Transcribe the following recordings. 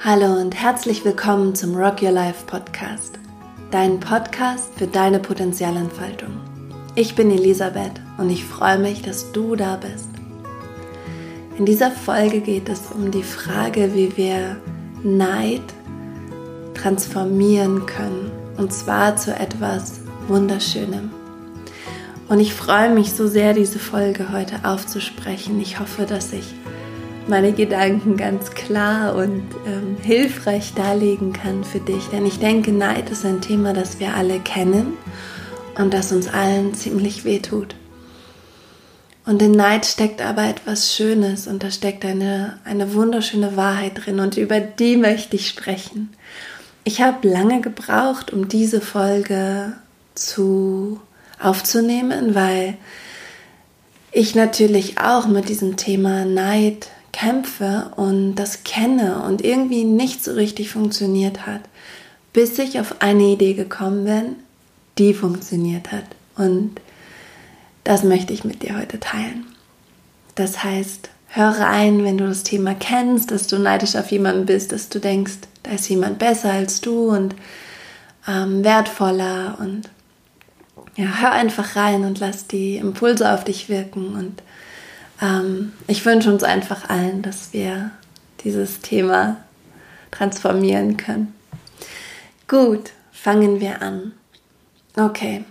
Hallo und herzlich willkommen zum Rock Your Life Podcast, dein Podcast für deine Potenzialentfaltung. Ich bin Elisabeth und ich freue mich, dass du da bist. In dieser Folge geht es um die Frage, wie wir Neid transformieren können, und zwar zu etwas Wunderschönem. Und ich freue mich so sehr, diese Folge heute aufzusprechen. Ich hoffe, dass ich meine Gedanken ganz klar und hilfreich darlegen kann für dich. Denn ich denke, Neid ist ein Thema, das wir alle kennen und das uns allen ziemlich wehtut. Und in Neid steckt aber etwas Schönes und da steckt eine wunderschöne Wahrheit drin und über die möchte ich sprechen. Ich habe lange gebraucht, um diese Folge aufzunehmen, weil ich natürlich auch mit diesem Thema Neid kämpfe und das kenne und irgendwie nicht so richtig funktioniert hat, bis ich auf eine Idee gekommen bin, die funktioniert hat. Und das möchte ich mit dir heute teilen. Das heißt, hör rein, wenn du das Thema kennst, dass du neidisch auf jemanden bist, dass du denkst, da ist jemand besser als du und wertvoller. Und ja, hör einfach rein und lass die Impulse auf dich wirken. Und ich wünsche uns einfach allen, dass wir dieses Thema transformieren können. Gut, fangen wir an. Okay.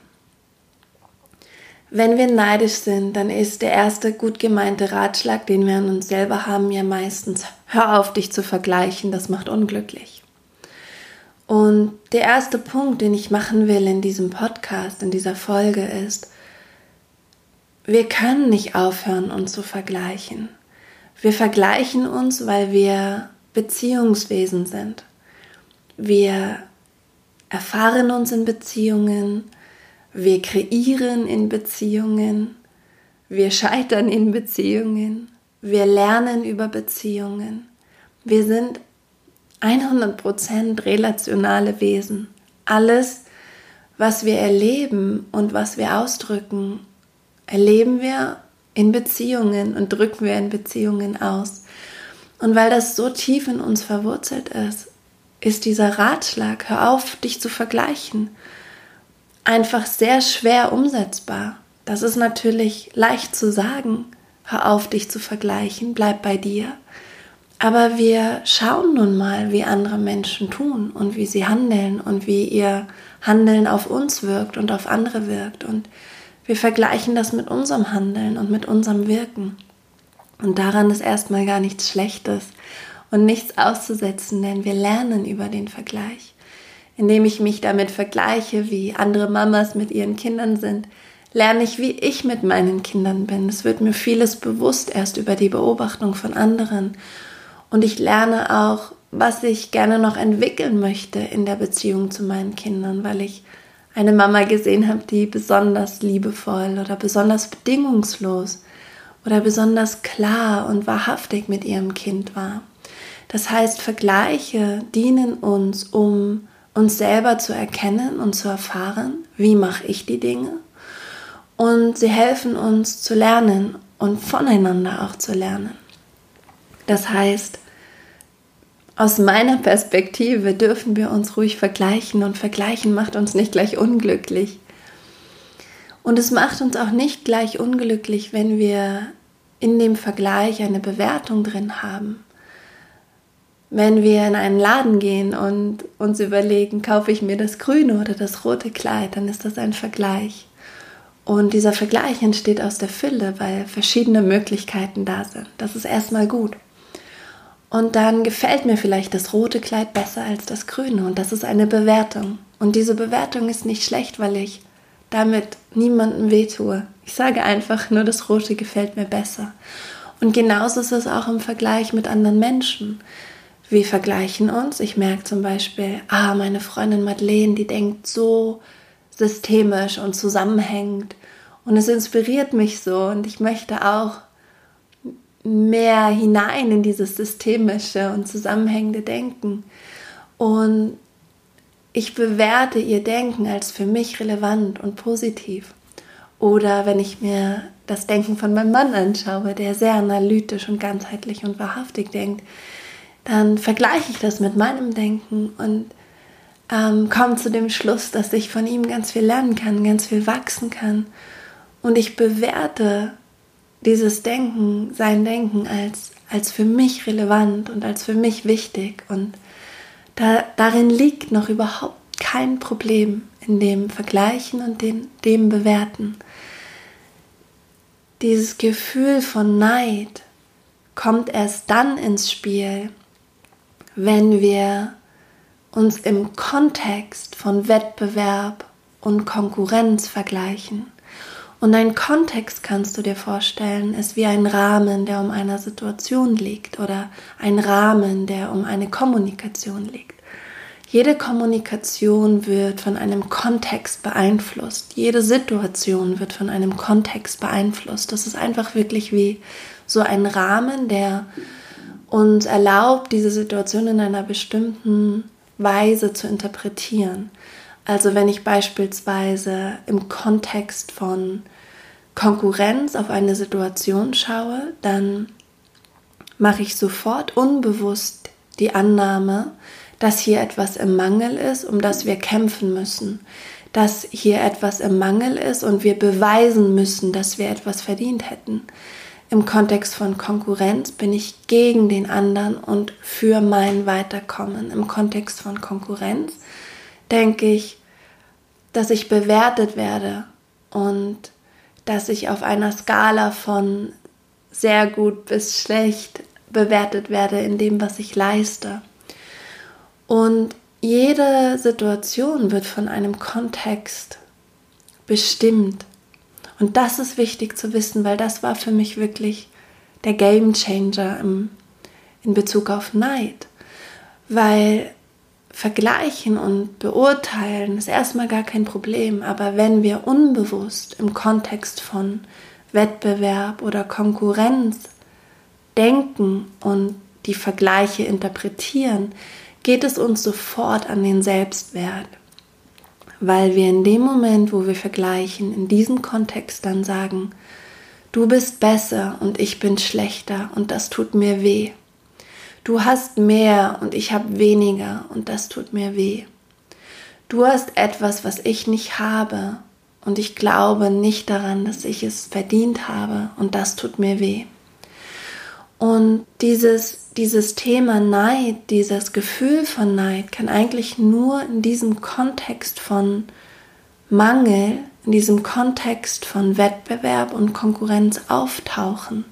Wenn wir neidisch sind, dann ist der erste gut gemeinte Ratschlag, den wir an uns selber haben, ja meistens: Hör auf, dich zu vergleichen, das macht unglücklich. Und der erste Punkt, den ich machen will in diesem Podcast, in dieser Folge ist: Wir können nicht aufhören, uns zu vergleichen. Wir vergleichen uns, weil wir Beziehungswesen sind. Wir erfahren uns in Beziehungen, wir kreieren in Beziehungen, wir scheitern in Beziehungen, wir lernen über Beziehungen. Wir sind 100% relationale Wesen. Alles, was wir erleben und was wir ausdrücken, erleben wir in Beziehungen und drücken wir in Beziehungen aus. Und weil das so tief in uns verwurzelt ist, ist dieser Ratschlag, hör auf, dich zu vergleichen, einfach sehr schwer umsetzbar. Das ist natürlich leicht zu sagen, hör auf, dich zu vergleichen, bleib bei dir. Aber wir schauen nun mal, wie andere Menschen tun und wie sie handeln und wie ihr Handeln auf uns wirkt und auf andere wirkt. Und wir vergleichen das mit unserem Handeln und mit unserem Wirken. Und daran ist erstmal gar nichts Schlechtes und nichts auszusetzen, denn wir lernen über den Vergleich. Indem ich mich damit vergleiche, wie andere Mamas mit ihren Kindern sind, lerne ich, wie ich mit meinen Kindern bin. Es wird mir vieles bewusst erst über die Beobachtung von anderen. Und ich lerne auch, was ich gerne noch entwickeln möchte in der Beziehung zu meinen Kindern, weil ich eine Mama gesehen habe, die besonders liebevoll oder besonders bedingungslos oder besonders klar und wahrhaftig mit ihrem Kind war. Das heißt, Vergleiche dienen uns, um uns selber zu erkennen und zu erfahren, wie mache ich die Dinge. Und sie helfen uns zu lernen und voneinander auch zu lernen. Das heißt, aus meiner Perspektive dürfen wir uns ruhig vergleichen und vergleichen macht uns nicht gleich unglücklich. Und es macht uns auch nicht gleich unglücklich, wenn wir in dem Vergleich eine Bewertung drin haben. Wenn wir in einen Laden gehen und uns überlegen, kaufe ich mir das grüne oder das rote Kleid, dann ist das ein Vergleich. Und dieser Vergleich entsteht aus der Fülle, weil verschiedene Möglichkeiten da sind. Das ist erstmal gut. Und dann gefällt mir vielleicht das rote Kleid besser als das grüne. Und das ist eine Bewertung. Und diese Bewertung ist nicht schlecht, weil ich damit niemandem wehtue. Ich sage einfach nur, das rote gefällt mir besser. Und genauso ist es auch im Vergleich mit anderen Menschen. Wir vergleichen uns. Ich merke zum Beispiel, meine Freundin Madeleine, die denkt so systemisch und zusammenhängend. Und es inspiriert mich so. Und ich möchte auch mehr hinein in dieses systemische und zusammenhängende Denken. Und ich bewerte ihr Denken als für mich relevant und positiv. Oder wenn ich mir das Denken von meinem Mann anschaue, der sehr analytisch und ganzheitlich und wahrhaftig denkt, dann vergleiche ich das mit meinem Denken und komme zu dem Schluss, dass ich von ihm ganz viel lernen kann, ganz viel wachsen kann. Und ich bewerte dieses Denken, sein Denken als für mich relevant und als für mich wichtig. Und darin liegt noch überhaupt kein Problem in dem Vergleichen und dem Bewerten. Dieses Gefühl von Neid kommt erst dann ins Spiel, wenn wir uns im Kontext von Wettbewerb und Konkurrenz vergleichen. Und ein Kontext, kannst du dir vorstellen, ist wie ein Rahmen, der um einer Situation liegt oder ein Rahmen, der um eine Kommunikation liegt. Jede Kommunikation wird von einem Kontext beeinflusst. Jede Situation wird von einem Kontext beeinflusst. Das ist einfach wirklich wie so ein Rahmen, der uns erlaubt, diese Situation in einer bestimmten Weise zu interpretieren. Also wenn ich beispielsweise im Kontext von Konkurrenz auf eine Situation schaue, dann mache ich sofort unbewusst die Annahme, dass hier etwas im Mangel ist, um das wir kämpfen müssen. Dass hier etwas im Mangel ist und wir beweisen müssen, dass wir etwas verdient hätten. Im Kontext von Konkurrenz bin ich gegen den anderen und für mein Weiterkommen. Im Kontext von Konkurrenz denke ich, dass ich bewertet werde und dass ich auf einer Skala von sehr gut bis schlecht bewertet werde in dem, was ich leiste. Und jede Situation wird von einem Kontext bestimmt. Und das ist wichtig zu wissen, weil das war für mich wirklich der Gamechanger in Bezug auf Neid. Weil Vergleichen und Beurteilen ist erstmal gar kein Problem, aber wenn wir unbewusst im Kontext von Wettbewerb oder Konkurrenz denken und die Vergleiche interpretieren, geht es uns sofort an den Selbstwert. Weil wir in dem Moment, wo wir vergleichen, in diesem Kontext dann sagen, du bist besser und ich bin schlechter und das tut mir weh. Du hast mehr und ich habe weniger und das tut mir weh. Du hast etwas, was ich nicht habe und ich glaube nicht daran, dass ich es verdient habe und das tut mir weh. Und dieses Thema Neid, dieses Gefühl von Neid kann eigentlich nur in diesem Kontext von Mangel, in diesem Kontext von Wettbewerb und Konkurrenz auftauchen.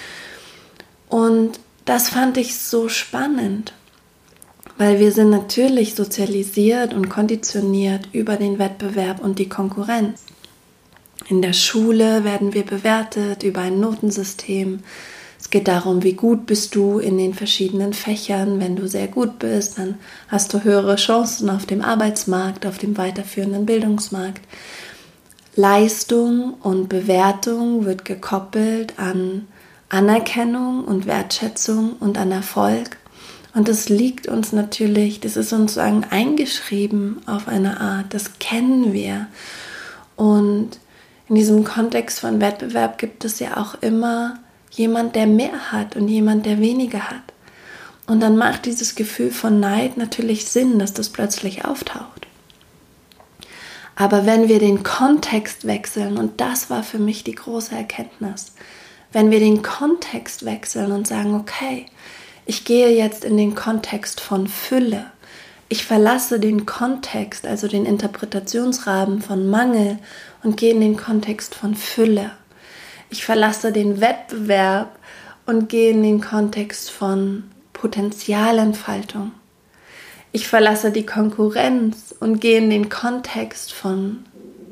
Und das fand ich so spannend, weil wir sind natürlich sozialisiert und konditioniert über den Wettbewerb und die Konkurrenz. In der Schule werden wir bewertet über ein Notensystem. Es geht darum, wie gut bist du in den verschiedenen Fächern. Wenn du sehr gut bist, dann hast du höhere Chancen auf dem Arbeitsmarkt, auf dem weiterführenden Bildungsmarkt. Leistung und Bewertung wird gekoppelt an Anerkennung und Wertschätzung und an Erfolg. Und das liegt uns natürlich, das ist uns sozusagen eingeschrieben auf eine Art, das kennen wir. Und in diesem Kontext von Wettbewerb gibt es ja auch immer jemand, der mehr hat und jemand, der weniger hat. Und dann macht dieses Gefühl von Neid natürlich Sinn, dass das plötzlich auftaucht. Aber wenn wir den Kontext wechseln, und das war für mich die große Erkenntnis, wenn wir den Kontext wechseln und sagen, okay, ich gehe jetzt in den Kontext von Fülle, ich verlasse den Kontext, also den Interpretationsrahmen von Mangel und gehe in den Kontext von Fülle. Ich verlasse den Wettbewerb und gehe in den Kontext von Potenzialentfaltung. Ich verlasse die Konkurrenz und gehe in den Kontext von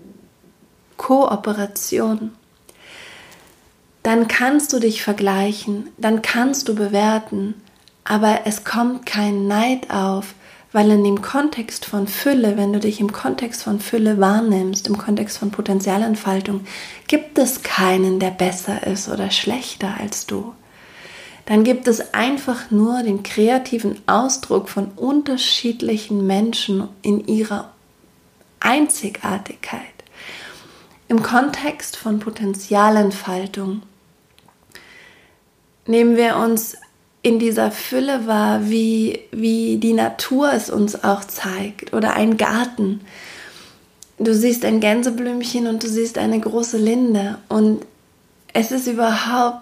Kooperation. Dann kannst du dich vergleichen, dann kannst du bewerten, aber es kommt kein Neid auf, weil in dem Kontext von Fülle, wenn du dich im Kontext von Fülle wahrnimmst, im Kontext von Potenzialentfaltung, gibt es keinen, der besser ist oder schlechter als du. Dann gibt es einfach nur den kreativen Ausdruck von unterschiedlichen Menschen in ihrer Einzigartigkeit. Im Kontext von Potenzialentfaltung nehmen wir uns in dieser Fülle war, wie die Natur es uns auch zeigt, oder ein Garten. Du siehst ein Gänseblümchen und du siehst eine große Linde, und es ist überhaupt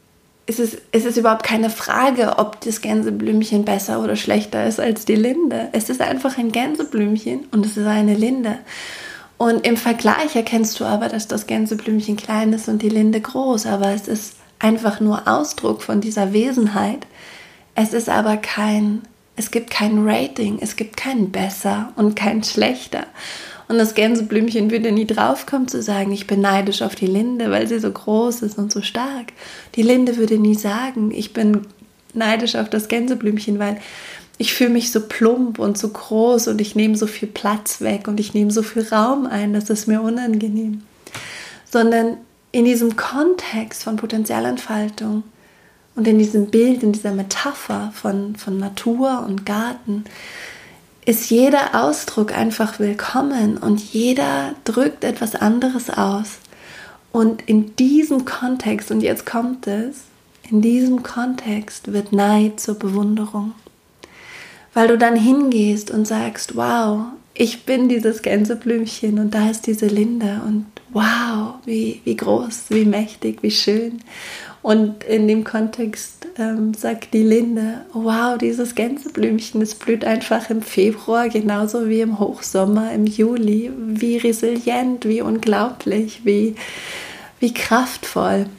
keine Frage, ob das Gänseblümchen besser oder schlechter ist als die Linde. Es ist einfach ein Gänseblümchen und es ist eine Linde. Und im Vergleich erkennst du aber, dass das Gänseblümchen klein ist und die Linde groß, aber es ist einfach nur Ausdruck von dieser Wesenheit. Es gibt kein Rating, es gibt kein besser und kein schlechter. Und das Gänseblümchen würde nie draufkommen zu sagen, ich bin neidisch auf die Linde, weil sie so groß ist und so stark. Die Linde würde nie sagen, ich bin neidisch auf das Gänseblümchen, weil ich fühle mich so plump und so groß und ich nehme so viel Platz weg und ich nehme so viel Raum ein, das ist mir unangenehm. Sondern in diesem Kontext von Potenzialentfaltung und in diesem Bild, in dieser Metapher von Natur und Garten, ist jeder Ausdruck einfach willkommen und jeder drückt etwas anderes aus. Und in diesem Kontext, und jetzt kommt es, in diesem Kontext wird Neid zur Bewunderung. Weil du dann hingehst und sagst, wow, ich bin dieses Gänseblümchen und da ist diese Linde und wow, wie groß, wie mächtig, wie schön. Und in dem Kontext sagt die Linde, wow, dieses Gänseblümchen, das blüht einfach im Februar, genauso wie im Hochsommer, im Juli. Wie resilient, wie unglaublich, wie kraftvoll.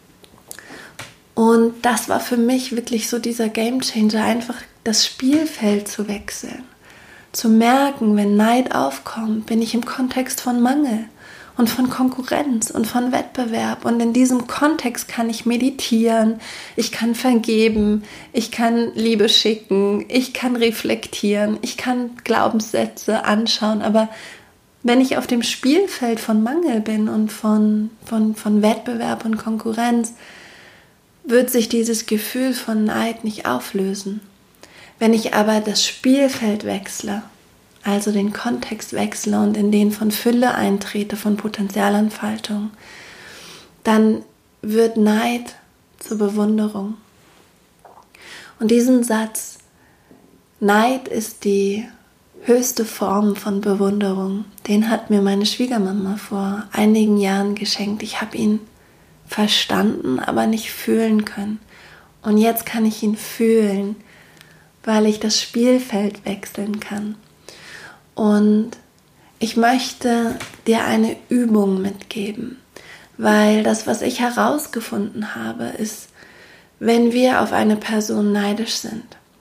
Und das war für mich wirklich so dieser Gamechanger, einfach das Spielfeld zu wechseln. Zu merken, wenn Neid aufkommt, bin ich im Kontext von Mangel und von Konkurrenz und von Wettbewerb. Und in diesem Kontext kann ich meditieren, ich kann vergeben, ich kann Liebe schicken, ich kann reflektieren, ich kann Glaubenssätze anschauen. Aber wenn ich auf dem Spielfeld von Mangel bin und von Wettbewerb und Konkurrenz, wird sich dieses Gefühl von Neid nicht auflösen. Wenn ich aber das Spielfeld wechsle, also den Kontext wechsle und in den von Fülle eintrete, von Potenzialentfaltung, dann wird Neid zur Bewunderung. Und diesen Satz, Neid ist die höchste Form von Bewunderung, den hat mir meine Schwiegermama vor einigen Jahren geschenkt. Ich habe ihn verstanden, aber nicht fühlen können. Und jetzt kann ich ihn fühlen, weil ich das Spielfeld wechseln kann. Und ich möchte dir eine Übung mitgeben, weil das, was ich herausgefunden habe, ist, wenn wir auf eine Person neidisch sind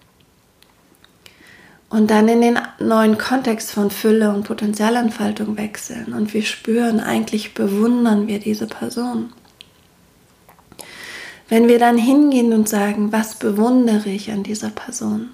und dann in den neuen Kontext von Fülle und Potenzialentfaltung wechseln und wir spüren, eigentlich bewundern wir diese Person. Wenn wir dann hingehen und sagen, was bewundere ich an dieser Person,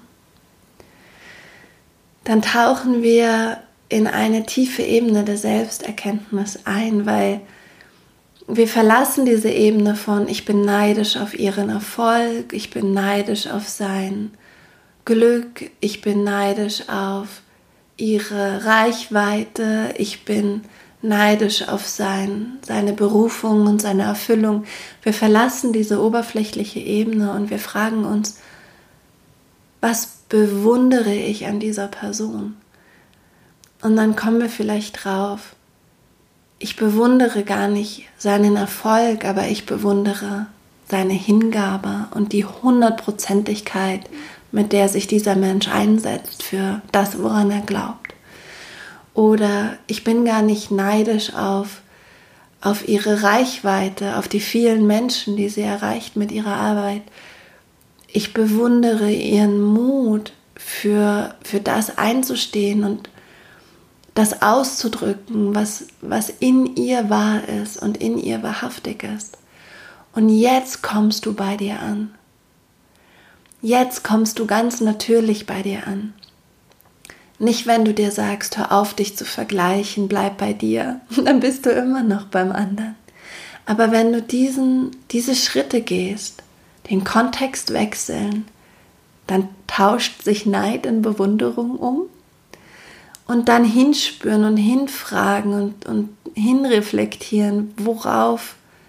dann tauchen wir in eine tiefe Ebene der Selbsterkenntnis ein, weil wir verlassen diese Ebene von, ich bin neidisch auf ihren Erfolg, ich bin neidisch auf sein Glück, ich bin neidisch auf ihre Reichweite, ich bin neidisch auf seine Berufung und seine Erfüllung. Wir verlassen diese oberflächliche Ebene und wir fragen uns, was bewundere ich an dieser Person? Und dann kommen wir vielleicht drauf, ich bewundere gar nicht seinen Erfolg, aber ich bewundere seine Hingabe und die 100%igkeit, mit der sich dieser Mensch einsetzt für das, woran er glaubt. Oder ich bin gar nicht neidisch auf ihre Reichweite, auf die vielen Menschen, die sie erreicht mit ihrer Arbeit. Ich bewundere ihren Mut, für das einzustehen und das auszudrücken, was in ihr wahr ist und in ihr wahrhaftig ist. Und jetzt kommst du bei dir an. Jetzt kommst du ganz natürlich bei dir an. Nicht, wenn du dir sagst, hör auf, dich zu vergleichen, bleib bei dir, dann bist du immer noch beim anderen. Aber wenn du diese Schritte gehst, den Kontext wechseln, dann tauscht sich Neid in Bewunderung um und dann hinspüren und hinfragen und hinreflektieren, worauf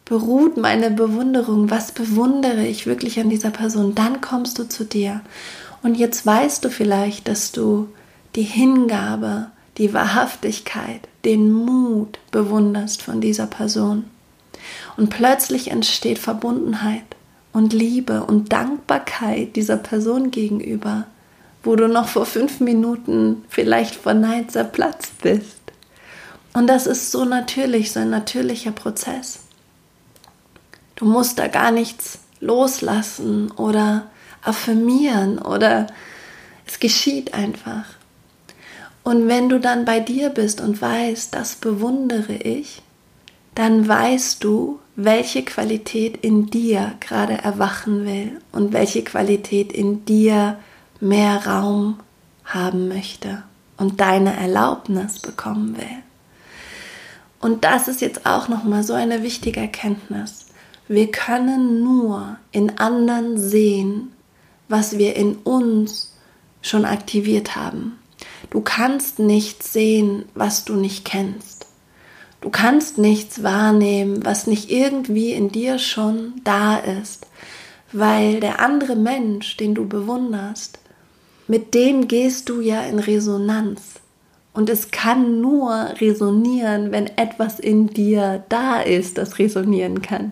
beruht meine Bewunderung? Was bewundere ich wirklich an dieser Person? Dann kommst du zu dir. Und jetzt weißt du vielleicht, dass du die Hingabe, die Wahrhaftigkeit, den Mut bewunderst von dieser Person. Und plötzlich entsteht Verbundenheit und Liebe und Dankbarkeit dieser Person gegenüber, wo du noch vor 5 Minuten vielleicht vor Neid zerplatzt bist. Und das ist so natürlich, so ein natürlicher Prozess. Du musst da gar nichts loslassen oder affirmieren oder es geschieht einfach. Und wenn du dann bei dir bist und weißt, das bewundere ich, dann weißt du, welche Qualität in dir gerade erwachen will und welche Qualität in dir mehr Raum haben möchte und deine Erlaubnis bekommen will. Und das ist jetzt auch nochmal so eine wichtige Erkenntnis. Wir können nur in anderen sehen, was wir in uns schon aktiviert haben. Du kannst nichts sehen, was du nicht kennst. Du kannst nichts wahrnehmen, was nicht irgendwie in dir schon da ist, weil der andere Mensch, den du bewunderst, mit dem gehst du ja in Resonanz. Und es kann nur resonieren, wenn etwas in dir da ist, das resonieren kann.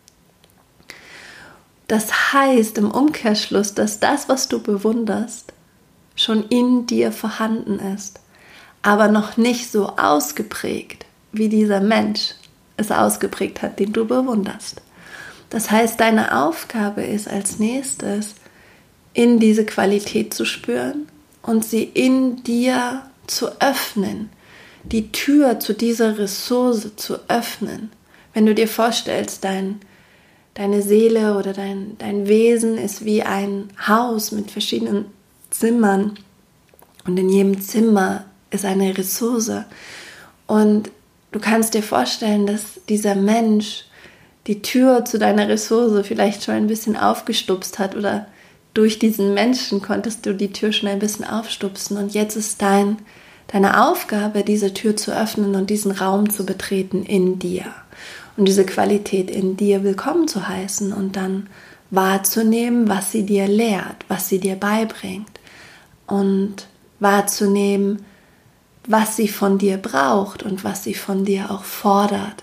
Das heißt im Umkehrschluss, dass das, was du bewunderst, schon in dir vorhanden ist, aber noch nicht so ausgeprägt, wie dieser Mensch es ausgeprägt hat, den du bewunderst. Das heißt, deine Aufgabe ist als nächstes, in diese Qualität zu spüren und sie in dir zu öffnen, die Tür zu dieser Ressource zu öffnen. Wenn du dir vorstellst, deine Seele oder dein Wesen ist wie ein Haus mit verschiedenen Zimmern und in jedem Zimmer ist eine Ressource. Und du kannst dir vorstellen, dass dieser Mensch die Tür zu deiner Ressource vielleicht schon ein bisschen aufgestupst hat oder durch diesen Menschen konntest du die Tür schon ein bisschen aufstupsen und jetzt ist deine Aufgabe, diese Tür zu öffnen und diesen Raum zu betreten in dir und diese Qualität in dir willkommen zu heißen und dann wahrzunehmen, was sie dir lehrt, was sie dir beibringt und wahrzunehmen, was sie von dir braucht und was sie von dir auch fordert,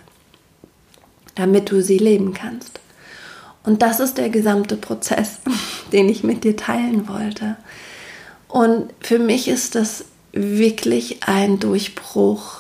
damit du sie leben kannst. Und das ist der gesamte Prozess, den ich mit dir teilen wollte. Und für mich ist das wirklich ein Durchbruch,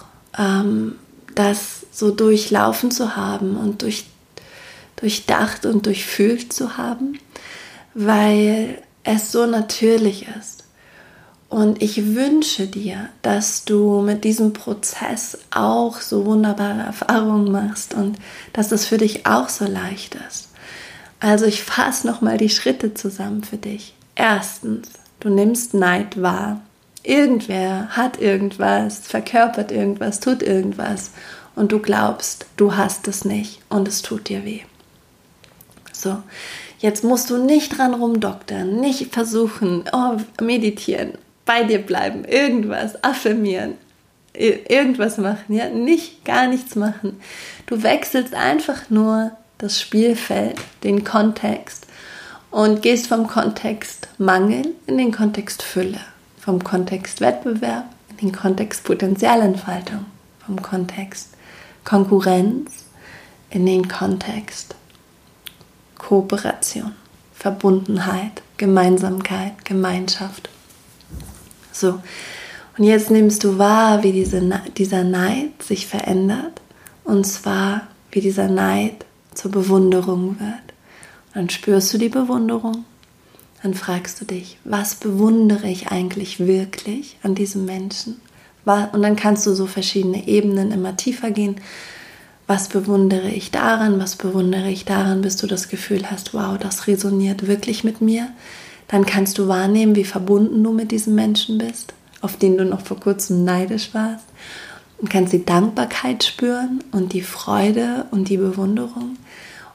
das so durchlaufen zu haben und durchdacht und durchfühlt zu haben, weil es so natürlich ist. Und ich wünsche dir, dass du mit diesem Prozess auch so wunderbare Erfahrungen machst und dass es für dich auch so leicht ist. Also ich fasse nochmal die Schritte zusammen für dich. Erstens, du nimmst Neid wahr. Irgendwer hat irgendwas, verkörpert irgendwas, tut irgendwas und du glaubst, du hast es nicht und es tut dir weh. So, jetzt musst du nicht dran rumdoktern, nicht versuchen, meditieren, bei dir bleiben, irgendwas affirmieren, irgendwas machen, ja, gar nichts machen. Du wechselst einfach nur das Spielfeld, den Kontext und gehst vom Kontext Mangel in den Kontext Fülle, vom Kontext Wettbewerb in den Kontext Potenzialentfaltung, vom Kontext Konkurrenz in den Kontext Kooperation, Verbundenheit, Gemeinsamkeit, Gemeinschaft. So, und jetzt nimmst du wahr, wie dieser Neid sich verändert und zwar, wie dieser Neid zur Bewunderung wird. Und dann spürst du die Bewunderung, dann fragst du dich, was bewundere ich eigentlich wirklich an diesem Menschen? Und dann kannst du so verschiedene Ebenen immer tiefer gehen. Was bewundere ich daran? Was bewundere ich daran, bis du das Gefühl hast, wow, das resoniert wirklich mit mir? Dann kannst du wahrnehmen, wie verbunden du mit diesem Menschen bist, auf den du noch vor kurzem neidisch warst. Und kannst die Dankbarkeit spüren und die Freude und die Bewunderung.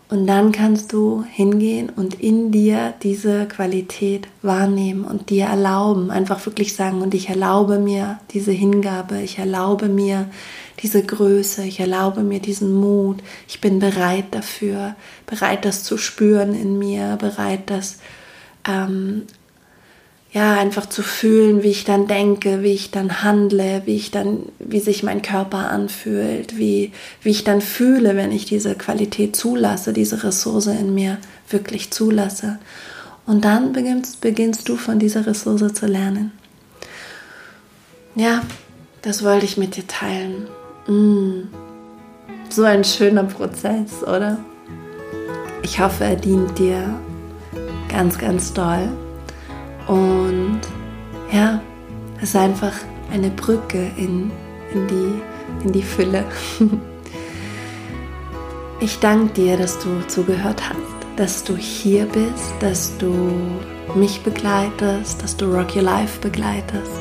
Und dann kannst du hingehen und in dir diese Qualität wahrnehmen und dir erlauben, einfach wirklich sagen, und ich erlaube mir diese Hingabe, ich erlaube mir diese Größe, ich erlaube mir diesen Mut, ich bin bereit dafür, bereit das zu spüren in mir, bereit das einfach zu fühlen, wie ich dann denke, wie ich dann handle, wie sich mein Körper anfühlt, wie ich dann fühle, wenn ich diese Qualität zulasse, diese Ressource in mir wirklich zulasse. Und dann beginnst du von dieser Ressource zu lernen. Ja, das wollte ich mit dir teilen. So ein schöner Prozess, oder? Ich hoffe, er dient dir ganz, ganz doll. Und ja, es ist einfach eine Brücke in die Fülle. Ich danke dir, dass du zugehört hast, dass du hier bist, dass du mich begleitest, dass du Rock Your Life begleitest,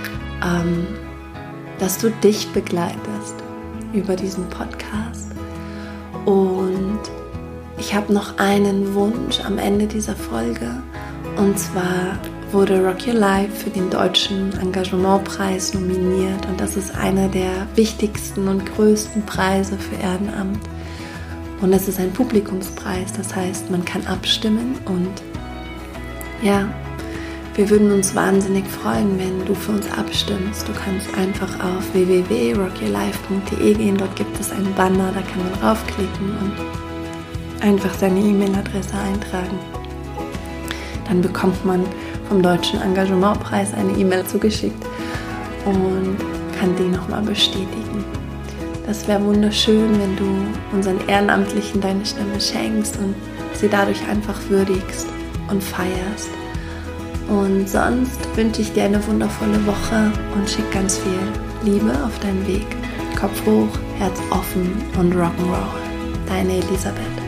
dass du dich begleitest über diesen Podcast. Und ich habe noch einen Wunsch am Ende dieser Folge, und zwar wurde Rock Your Life für den Deutschen Engagementpreis nominiert, und das ist einer der wichtigsten und größten Preise für Ehrenamt. Und es ist ein Publikumspreis, das heißt, man kann abstimmen, und ja, wir würden uns wahnsinnig freuen, wenn du für uns abstimmst. Du kannst einfach auf www.rockyourlife.de gehen, dort gibt es einen Banner, da kann man draufklicken und einfach seine E-Mail-Adresse eintragen. Dann bekommt man vom Deutschen Engagementpreis eine E-Mail zugeschickt und kann die nochmal bestätigen. Das wäre wunderschön, wenn du unseren Ehrenamtlichen deine Stimme schenkst und sie dadurch einfach würdigst und feierst. Und sonst wünsche ich dir eine wundervolle Woche und schick ganz viel Liebe auf deinen Weg. Kopf hoch, Herz offen und Rock'n'Roll. Deine Elisabeth.